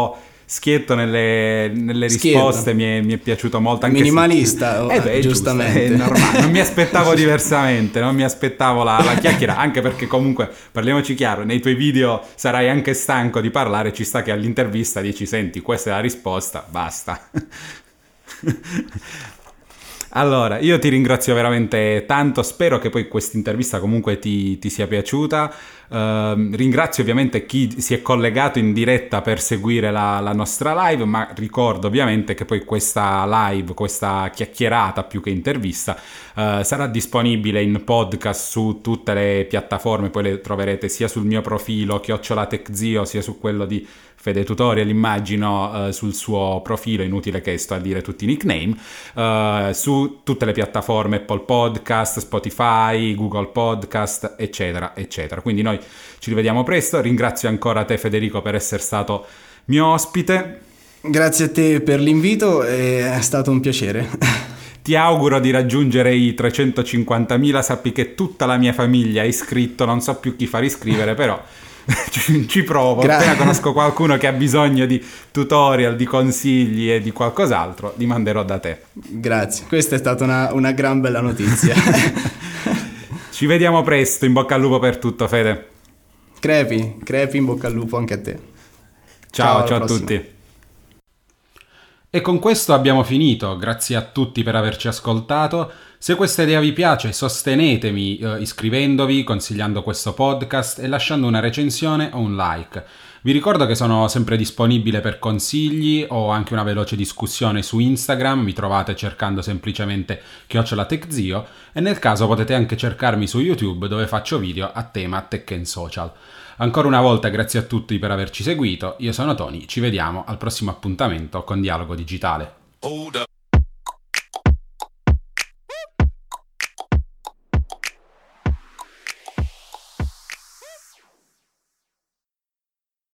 schietto nelle risposte, mi è piaciuto molto. Anche minimalista, giustamente. È normale. Non mi aspettavo diversamente, non mi aspettavo la chiacchiera, anche perché comunque, parliamoci chiaro, nei tuoi video sarai anche stanco di parlare, ci sta che all'intervista dici: senti, questa è la risposta, basta. Allora, io ti ringrazio veramente tanto, spero che poi questa intervista comunque ti sia piaciuta. Ringrazio ovviamente chi si è collegato in diretta per seguire la nostra live, ma ricordo ovviamente che poi questa live, questa chiacchierata più che intervista, sarà disponibile in podcast su tutte le piattaforme, poi le troverete sia sul mio profilo @TechZio, sia su quello di Fede Tutorial, immagino, sul suo profilo, inutile che sto a dire tutti i nickname, su tutte le piattaforme Apple Podcast, Spotify, Google Podcast, eccetera, eccetera. Quindi noi ci rivediamo presto. Ringrazio ancora te, Federico, per essere stato mio ospite. Grazie a te per l'invito, è stato un piacere. Ti auguro di raggiungere i 350.000, sappi che tutta la mia famiglia è iscritto, non so più chi far iscrivere, però ci provo. Appena conosco qualcuno che ha bisogno di tutorial, di consigli e di qualcos'altro, li manderò da te. Grazie, questa è stata una gran bella notizia. Ci vediamo presto, in bocca al lupo per tutto, Fede. Crepi, in bocca al lupo anche a te. Ciao a tutti. E con questo abbiamo finito, grazie a tutti per averci ascoltato. Se questa idea vi piace, sostenetemi iscrivendovi, consigliando questo podcast e lasciando una recensione o un like. Vi ricordo che sono sempre disponibile per consigli o anche una veloce discussione su Instagram, mi trovate cercando semplicemente @TechZio, e nel caso potete anche cercarmi su YouTube, dove faccio video a tema tech and social. Ancora una volta grazie a tutti per averci seguito, io sono Tony, ci vediamo al prossimo appuntamento con Dialogo Digitale.